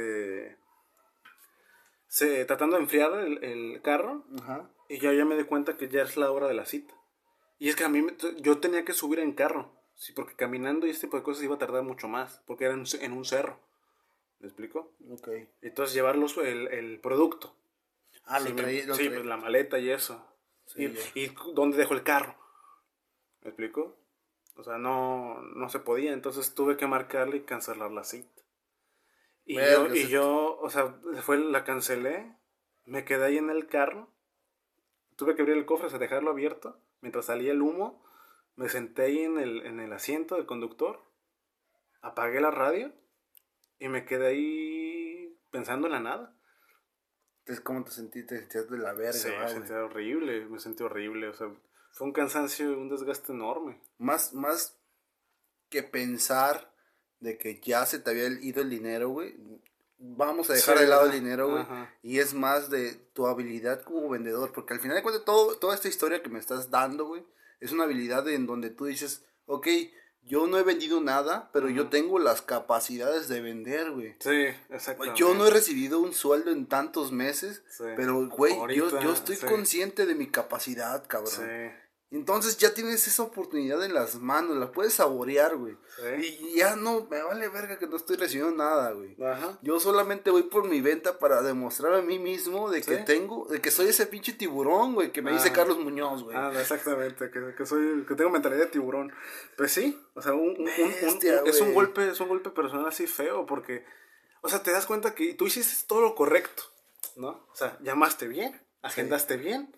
tratando de enfriar el carro Ajá. y yo ya me di cuenta que ya es la hora de la cita. Y es que yo tenía que subir en carro, sí, porque caminando y este tipo de cosas iba a tardar mucho más, porque era en un cerro. ¿Me explico? Ok. Entonces llevarlos el producto. Ah, Sí, lo traí. sí, pues la maleta y eso. Sí, y dónde dejo el carro. ¿Me explico? O sea, no se podía, entonces tuve que marcarle y cancelar la cita. Y Verga, yo, o sea, la cancelé, me quedé ahí en el carro, tuve que abrir el cofre, o sea, dejarlo abierto, mientras salía el humo, me senté ahí en el asiento del conductor, apagué la radio y me quedé ahí pensando en la nada. Entonces, ¿cómo te sentiste? Te sentías de la verga, Sí, ¿verdad, me sentí horrible, o sea, fue un cansancio y un desgaste enorme. Más que pensar de que ya se te había ido el dinero, güey. Vamos a dejar Sí, de lado el ajá, dinero, güey. ajá. Y es más de tu habilidad como vendedor. Porque al final de cuentas, toda esta historia que me estás dando, güey, es una habilidad en donde tú dices, ok, yo no he vendido nada, pero yo tengo las capacidades de vender, güey. Sí, exactamente. Yo no he recibido un sueldo en tantos meses, Sí. pero, güey, Ahorita, yo estoy sí. consciente de mi capacidad, cabrón. Sí. Entonces ya tienes esa oportunidad en las manos, la puedes saborear, güey. Sí. Y ya no, me vale verga que no estoy recibiendo nada, güey. Ajá. Yo solamente voy por mi venta para demostrar a mí mismo de que Sí. de que soy ese pinche tiburón, güey, que me dice Carlos Muñoz, güey. Exactamente, que tengo mentalidad de tiburón. Pues sí, o sea, Bestia, es un güey. golpe personal así feo, porque, o sea, te das cuenta que tú hiciste todo lo correcto, ¿no? O sea, llamaste bien, agendaste bien,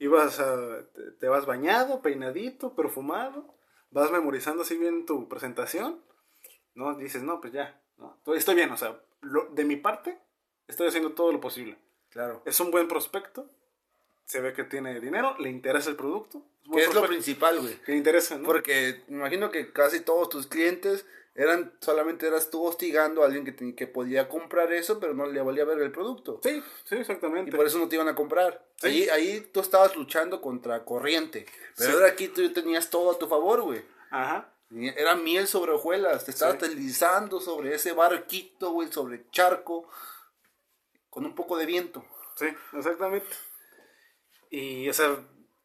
te vas bañado, peinadito, perfumado, vas memorizando así bien tu presentación, ¿no? Dices, no, pues ya, ¿no? Estoy bien, o sea, de mi parte, estoy haciendo todo lo posible. Claro. Es un buen prospecto, se ve que tiene dinero, le interesa el producto. Que es lo principal, güey. Que le interesa, ¿no? Porque me imagino que casi todos tus clientes solamente eras tú hostigando a alguien que podía comprar eso, pero no le valía ver el producto. Sí, Y exactamente. por eso no te iban a comprar. Sí. Ahí tú estabas luchando contra corriente. Pero Sí. ahora aquí tú tenías todo a tu favor, güey. Ajá. Era miel sobre hojuelas. Te estabas deslizando sobre ese barquito, güey, sobre charco, con un poco de viento. Sí, exactamente. Y, o sea,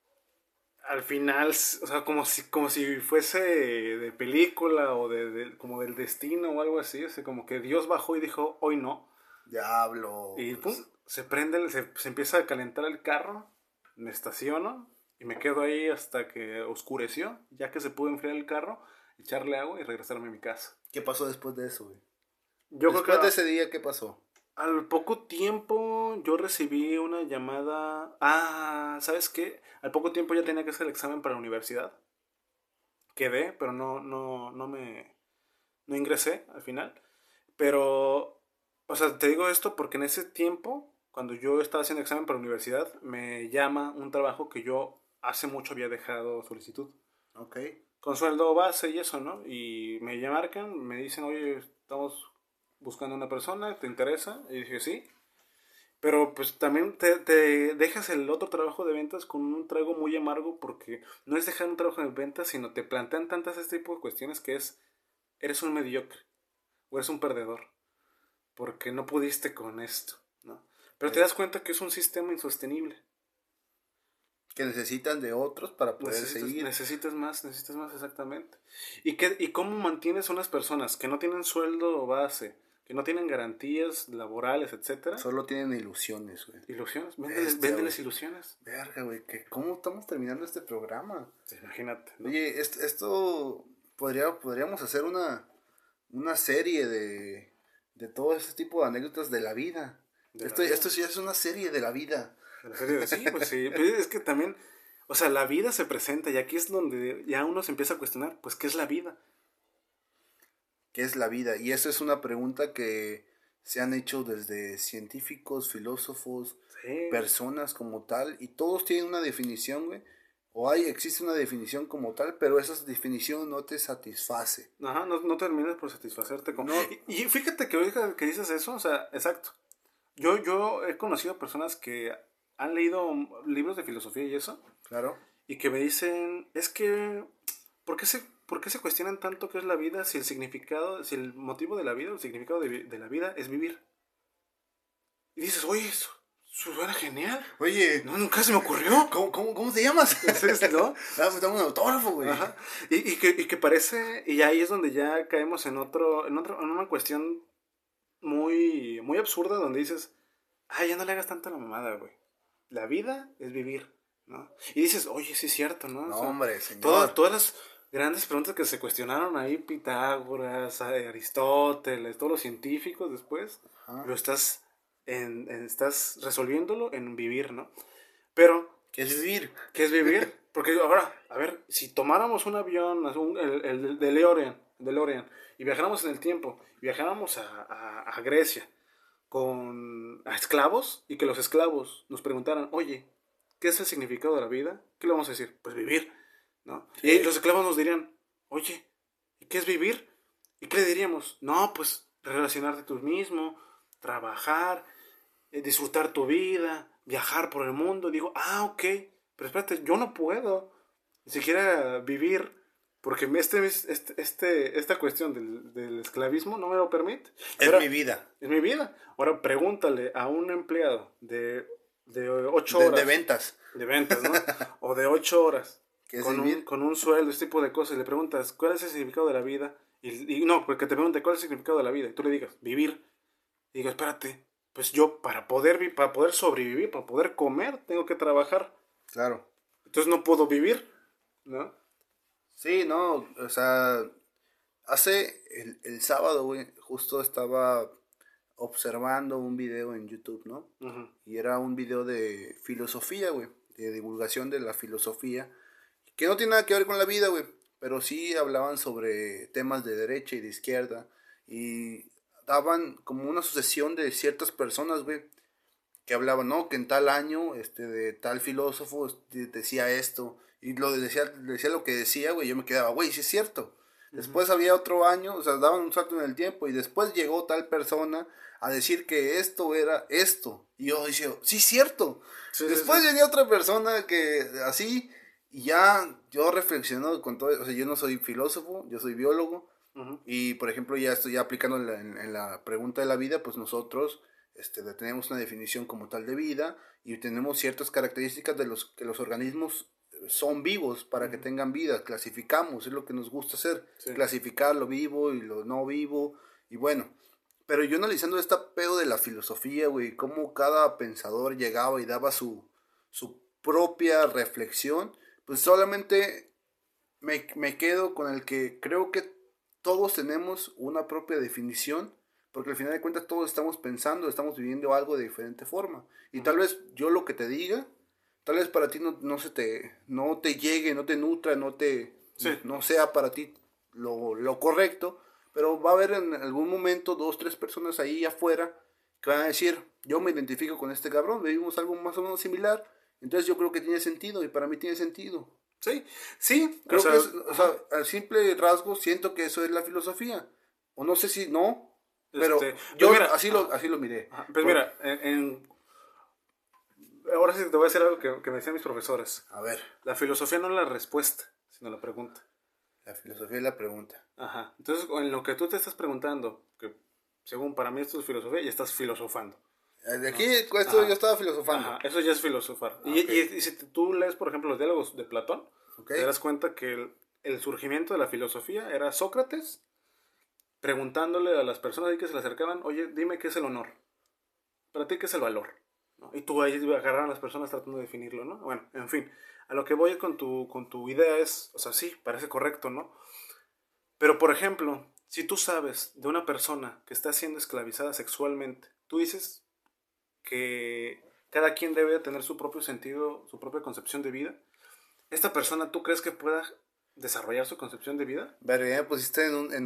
al final, o sea, como si fuese de película o como del destino o algo así. O sea, como que Dios bajó y dijo, hoy no. Diablo. Y pum, se prende, se empieza a calentar el carro, me estaciono y me quedo ahí hasta que oscureció, ya que se pudo enfriar el carro, echarle agua y regresarme a mi casa. ¿Qué pasó después de eso, güey? Yo Después creo que de ese día, ¿qué pasó? al poco tiempo yo recibí una llamada. ¿Sabes qué? Al poco tiempo ya tenía que hacer el examen para la universidad. Quedé, pero no ingresé al final. Pero, o sea, te digo esto porque en ese tiempo, cuando yo estaba haciendo examen para la universidad, me llama un trabajo que yo hace mucho había dejado solicitud. Ok. Con sueldo base y eso, ¿no? Y me marcan, me dicen, oye, estamos buscando una persona, ¿te interesa? Y dije, sí. Pero pues también te dejas el otro trabajo de ventas con un trago muy amargo porque no es dejar un trabajo de ventas, sino te plantean tantas este tipo de cuestiones que eres un mediocre. o eres un perdedor, porque no pudiste con esto, ¿no? Pero te das cuenta que es un sistema insostenible. Que necesitan de otros para poder seguir. Necesitas más exactamente. ¿Y cómo mantienes unas personas que no tienen sueldo base, que no tienen garantías laborales, etcétera? Solo tienen ilusiones, güey. Ilusiones, véndeles ilusiones. Verga, güey, ¿cómo estamos terminando este programa? Imagínate, ¿no? Oye, esto podríamos hacer una serie de todo ese tipo de anécdotas de la vida. Esto sí es una serie de la vida. En serio, sí, pues sí. Pero es que también, o sea, la vida se presenta y aquí es donde ya uno se empieza a cuestionar, pues, ¿qué es la vida? ¿Qué es la vida? Y eso es una pregunta que se han hecho desde científicos, filósofos, Sí. personas como tal, y todos tienen una definición, güey. Existe una definición como tal, pero esa definición no te satisface. Ajá, no terminas por satisfacerte con... No. Y fíjate que ahorita que dices eso, o sea, exacto. Yo he conocido personas que han leído libros de filosofía y eso, Claro. y que me dicen, es que, ¿por qué se cuestionan tanto qué es la vida si el motivo de la vida, el significado de la vida es vivir? Y dices, oye, eso suena genial. Oye, No, nunca se me ocurrió. ¿cómo te llamas? ¿No? Pues dame un autógrafo, güey. Ajá. Y que parece, y ahí es donde ya caemos en una cuestión muy, muy absurda donde dices, ya no le hagas tanto a la mamada, güey. La vida es vivir, ¿no? Y dices, oye, sí es cierto, ¿no? No, O sea, hombre, señor. todas las grandes preguntas que se cuestionaron ahí, Pitágoras, Aristóteles, todos los científicos después, Ajá. lo estás resolviéndolo en vivir, ¿no? Pero, ¿Qué es vivir? ¿qué es vivir? Porque ahora, a ver, si tomáramos un avión, el DeLorean, y viajáramos en el tiempo, viajáramos a Grecia a esclavos, y que los esclavos nos preguntaran, oye, ¿qué es el significado de la vida? ¿Qué le vamos a decir? Pues vivir, ¿no? Sí. Y los esclavos nos dirían, oye, ¿y qué es vivir? ¿Y qué le diríamos? No, pues relacionarte tú mismo, trabajar, disfrutar tu vida, viajar por el mundo. Digo, ok, pero espérate, yo no puedo ni siquiera vivir porque esta cuestión del esclavismo no me lo permite. Es mi vida. Es mi vida. Ahora pregúntale a un empleado de 8 horas. De ventas. De ventas, ¿no? O de 8 horas. ¿Qué es con vivir? con un sueldo, este tipo de cosas. Y le preguntas, ¿cuál es el significado de la vida? Y no, porque te pregunte, ¿cuál es el significado de la vida? Y tú le digas, vivir. Y digo, espérate, pues yo para poder sobrevivir, para poder comer, tengo que trabajar. Claro. Entonces no puedo vivir, ¿no? Sí, no, o sea, hace el sábado, güey, justo estaba observando un video en YouTube, ¿no? Uh-huh. Y era un video de filosofía, güey, de divulgación de la filosofía, que no tiene nada que ver con la vida, güey, pero sí hablaban sobre temas de derecha y de izquierda, y daban como una sucesión de ciertas personas, güey, que hablaban, ¿no? Que en tal año, de tal filósofo decía esto, y decía lo que decía, güey, yo me quedaba, güey, sí es cierto. Después había otro año, o sea, daban un salto en el tiempo, y después llegó tal persona a decir que esto era esto, y yo decía, sí es cierto. Sí, Después sí. venía otra persona que así, y ya yo reflexionado con todo, o sea, yo no soy filósofo, yo soy biólogo, Uh-huh. y por ejemplo ya estoy aplicando en la pregunta de la vida, pues nosotros tenemos una definición como tal de vida y tenemos ciertas características de los que los organismos son vivos para que tengan vida, clasificamos, es lo que nos gusta hacer, Sí. clasificar lo vivo y lo no vivo, y bueno, pero yo analizando este pedo de la filosofía, güey, cómo cada pensador llegaba y daba su propia reflexión, pues solamente me quedo con el que creo que todos tenemos una propia definición, porque al final de cuentas todos estamos pensando, estamos viviendo algo de diferente forma. Y tal vez yo lo que te diga, tal vez para ti no te llegue, no te nutra, Sí. no sea para ti lo correcto, pero va a haber en algún momento 2, 3 personas ahí afuera que van a decir, yo me identifico con este cabrón, vivimos algo más o menos similar, entonces yo creo que tiene sentido y para mí tiene sentido. Sí, Creo que al simple rasgo siento que eso es la filosofía. O no sé si no, pero yo mira, así lo miré. pues mira, ahora sí te voy a decir algo que me decían mis profesores. A ver, La filosofía no es la respuesta, sino la pregunta. La filosofía es la pregunta. Ajá. Entonces, en lo que tú te estás preguntando, que según para mí esto es filosofía, y estás filosofando. De aquí, con esto yo estaba filosofando. Ajá, eso ya es filosofar. Ah, Y, ok. y si tú lees, por ejemplo, los diálogos de Platón, Ok. te das cuenta que el surgimiento de la filosofía era Sócrates preguntándole a las personas ahí que se le acercaban, oye, dime qué es el honor. Para ti, ¿qué es el valor? ¿No? Y tú ahí agarraron a las personas tratando de definirlo, ¿no? Bueno, en fin, a lo que voy con tu idea es, o sea, sí, parece correcto, ¿no? Pero, por ejemplo, si tú sabes de una persona que está siendo esclavizada sexualmente, tú dices que cada quien debe tener su propio sentido, su propia concepción de vida. ¿Esta persona tú crees que pueda desarrollar su concepción de vida? Pero ya me pusiste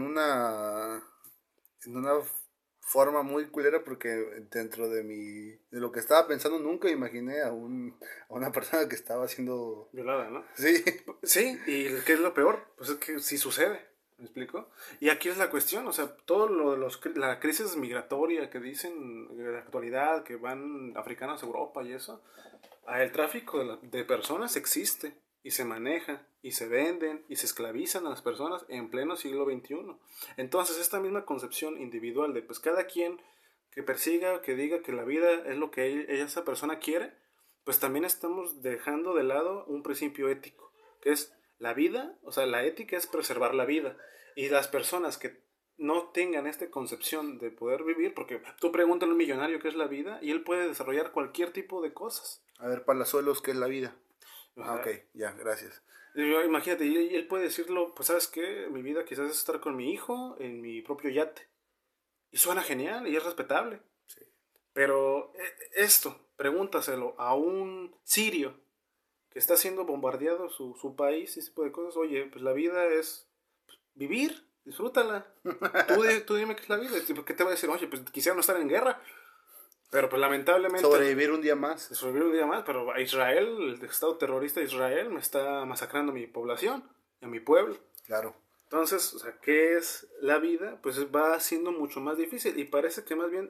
en una forma muy culera porque dentro de lo que estaba pensando nunca imaginé a una persona que estaba haciendo... Violada, ¿no? Sí. Sí, y ¿qué es lo peor? Pues es que sí sucede, ¿me explico? Y aquí es la cuestión, o sea, todo lo de la crisis migratoria que dicen en la actualidad, que van africanos a Europa y eso, el tráfico de personas existe y se maneja y se venden y se esclavizan a las personas en pleno siglo XXI. Entonces esta misma concepción individual de pues cada quien que persiga, que diga que la vida es lo que esa persona quiere, pues también estamos dejando de lado un principio ético, que es la vida, o sea, la ética es preservar la vida. Y las personas que no tengan esta concepción de poder vivir, porque tú pregúntale a un millonario qué es la vida y él puede desarrollar cualquier tipo de cosas. A ver, Palazuelos, ¿qué es la vida? O Ah, sea, ok, ya, gracias. imagínate, y él puede decirlo, pues sabes qué, mi vida quizás es estar con mi hijo en mi propio yate. Y suena genial y es respetable. Sí. Pero esto, pregúntaselo a un sirio que está siendo bombardeado su país y ese tipo de cosas. Oye, pues la vida es vivir, disfrútala. Tú dime qué es la vida. ¿Qué te va a decir? Oye, pues quisiera no estar en guerra. Pero pues lamentablemente... Sobrevivir un día más. Sobrevivir un día más, pero a Israel, el Estado terrorista de Israel, me está masacrando a mi población, a mi pueblo. Claro. Entonces, o sea, ¿qué es la vida? Pues va siendo mucho más difícil y parece que más bien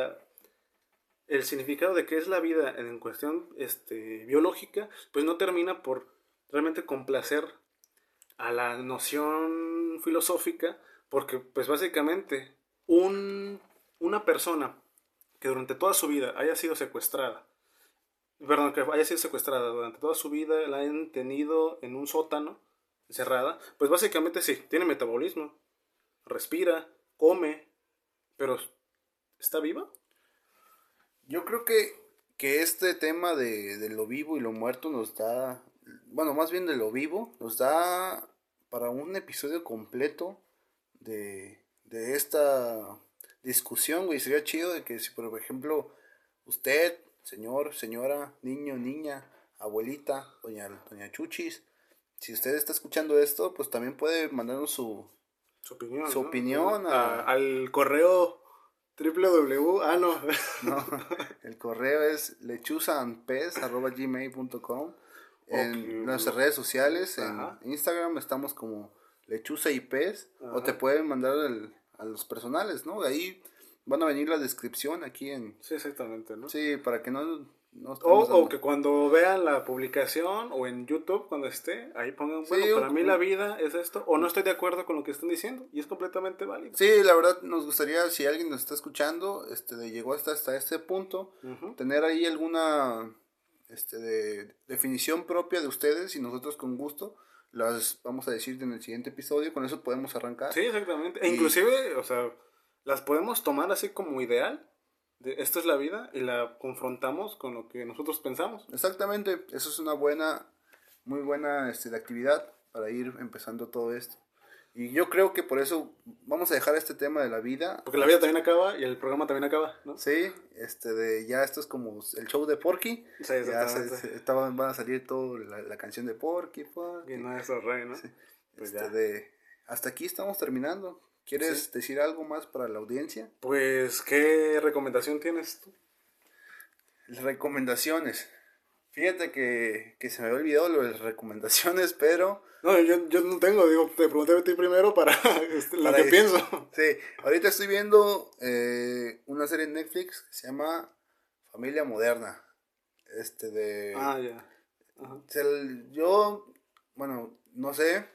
el significado de qué es la vida en cuestión biológica, pues no termina por realmente complacer a la noción filosófica, porque pues básicamente una persona que durante toda su vida haya sido secuestrada, perdón, que haya sido secuestrada durante toda su vida, la han tenido en un sótano, encerrada, pues básicamente sí, tiene metabolismo, respira, come, pero ¿está viva? Yo creo que este tema de lo vivo y lo muerto nos da, bueno, más bien de lo vivo, nos da para un episodio completo de esta discusión, güey. Sería chido de que si, por ejemplo, usted, señor, señora, niño, niña, abuelita, doña Chuchis, si usted está escuchando esto, pues también puede mandarnos su opinión. su ¿no? opinión Al correo www. No. No, el correo es lechuzaandpez@gmail.com. En nuestras redes sociales, en Ajá. Instagram estamos como lechuza y pez. Ajá. O te pueden mandar a los personales, ¿no? Ahí van a venir la descripción aquí en... Sí, exactamente, ¿no? Sí, para que no O que cuando vean la publicación o en YouTube, cuando esté, ahí pongan, bueno, Sí, para mí la vida es esto, o no estoy de acuerdo con lo que están diciendo, y es completamente válido. Sí, la verdad nos gustaría, si alguien nos está escuchando, llegó hasta este punto, tener ahí alguna definición propia de ustedes y nosotros con gusto las vamos a decir en el siguiente episodio, con eso podemos arrancar. Sí, exactamente. E inclusive, o sea, las podemos tomar así como ideal, de esto es la vida, y la confrontamos con lo que nosotros pensamos. Exactamente, eso es una muy buena de actividad para ir empezando todo esto. Y yo creo que por eso vamos a dejar este tema de la vida. Porque la vida también acaba y el programa también acaba, ¿no? Sí, ya esto es como el show de Porky. Sí, exactamente. Ya van a salir toda la canción de Porky. Y no es rey, ¿no? Sí. Pues ya. Hasta aquí estamos terminando. ¿Quieres decir algo más para la audiencia? Pues, ¿qué recomendación tienes tú? Recomendaciones. Fíjate que se me había olvidado lo de las recomendaciones, pero... No, yo no tengo, digo, te pregunté a ti primero para lo que pienso. Sí, ahorita estoy viendo una serie en Netflix que se llama Familia Moderna. Ah, ya. Ajá. Yo, bueno, no sé,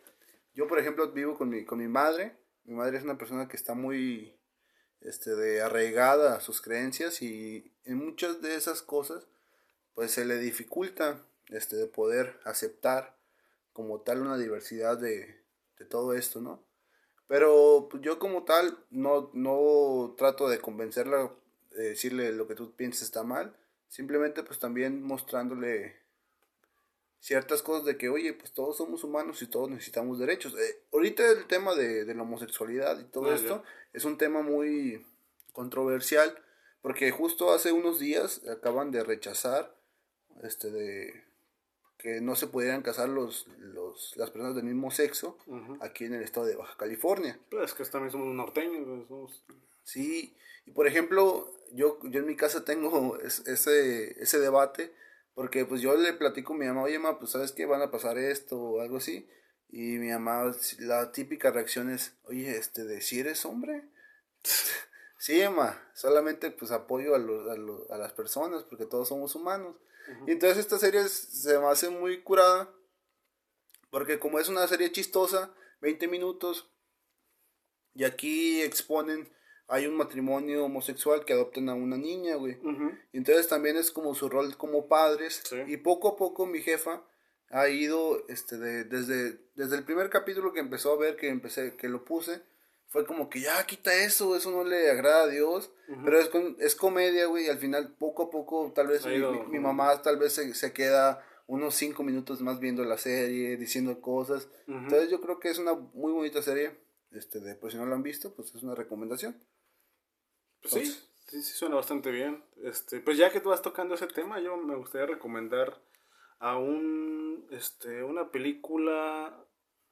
Yo, por ejemplo, vivo con mi madre. Mi madre es una persona que está muy de arraigada a sus creencias y en muchas de esas cosas pues se le dificulta de poder aceptar como tal una diversidad de todo esto, ¿no? Pero pues, yo como tal no trato de convencerla, de decirle lo que tú piensas está mal, simplemente pues también mostrándole ciertas cosas de que, oye, pues todos somos humanos y todos necesitamos derechos. Ahorita el tema de la homosexualidad y todo esto es un tema muy controversial, porque justo hace unos días acaban de rechazar, de que no se pudieran casar las personas del mismo sexo aquí en el estado de Baja California. Pues es que también somos norteños, güey, somos... Sí, y por ejemplo, yo en mi casa tengo ese debate, porque pues yo le platico a mi mamá, oye, mamá, pues sabes que van a pasar esto o algo así, y mi mamá, la típica reacción es, oye, de si eres hombre, sí, mamá, solamente pues apoyo a las personas, porque todos somos humanos. Y entonces esta serie se me hace muy curada, porque como es una serie chistosa, 20 minutos, y aquí exponen, hay un matrimonio homosexual que adoptan a una niña, güey. Y entonces también es como su rol como padres. Sí. Y poco a poco mi jefa ha ido, desde el primer capítulo que empezó a ver, que lo puse, fue como que ya quita eso no le agrada a Dios. Pero es comedia, güey, y al final poco a poco tal vez mi mamá tal vez se queda unos 5 minutos más viendo la serie, diciendo cosas. Entonces yo creo que es una muy bonita serie. Pues si no lo han visto, pues es una recomendación. Pues sí, suena bastante bien. Pues ya que tú vas tocando ese tema, yo me gustaría recomendar a una película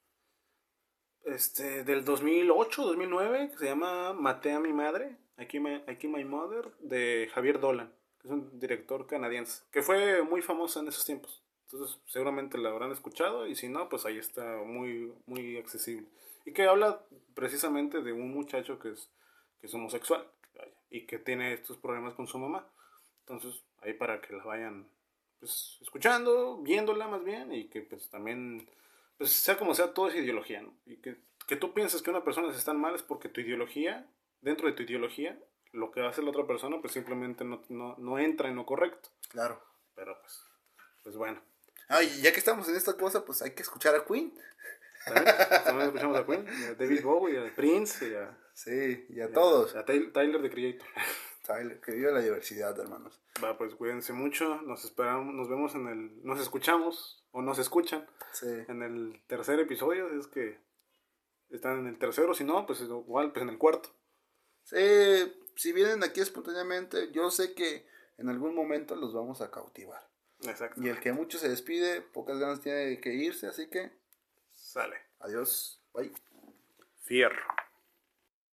del 2008, 2009, que se llama Maté a mi madre, Aquí My Mother, de Javier Dolan, que es un director canadiense, que fue muy famoso en esos tiempos. Entonces seguramente la habrán escuchado y si no, pues ahí está muy, muy accesible. Y que habla precisamente de un muchacho que es homosexual y que tiene estos problemas con su mamá. Entonces ahí para que la vayan pues escuchando, viéndola más bien y que pues también pues sea como sea, todo es ideología, ¿no? Y que tú pienses que una persona está mal es porque tu ideología, dentro de tu ideología, lo que hace la otra persona, pues simplemente no entra en lo correcto. Claro. Pero pues bueno. Ah, y ya que estamos en esta cosa, pues hay que escuchar a Queen. También escuchamos a Queen, a David Bowie, a Prince, y a todos. A Tyler, the Creator. Tyler, que viva la diversidad, hermanos. Va, pues cuídense mucho, nos vemos nos escuchamos, o nos escuchan, en el tercer episodio, es que están en el tercero, si no, pues igual, pues en el cuarto. Sí, si vienen aquí espontáneamente, yo sé que en algún momento los vamos a cautivar. Exacto. Y el que mucho se despide, pocas ganas tiene que irse, así que... Sale. Adiós. Bye. Fierro.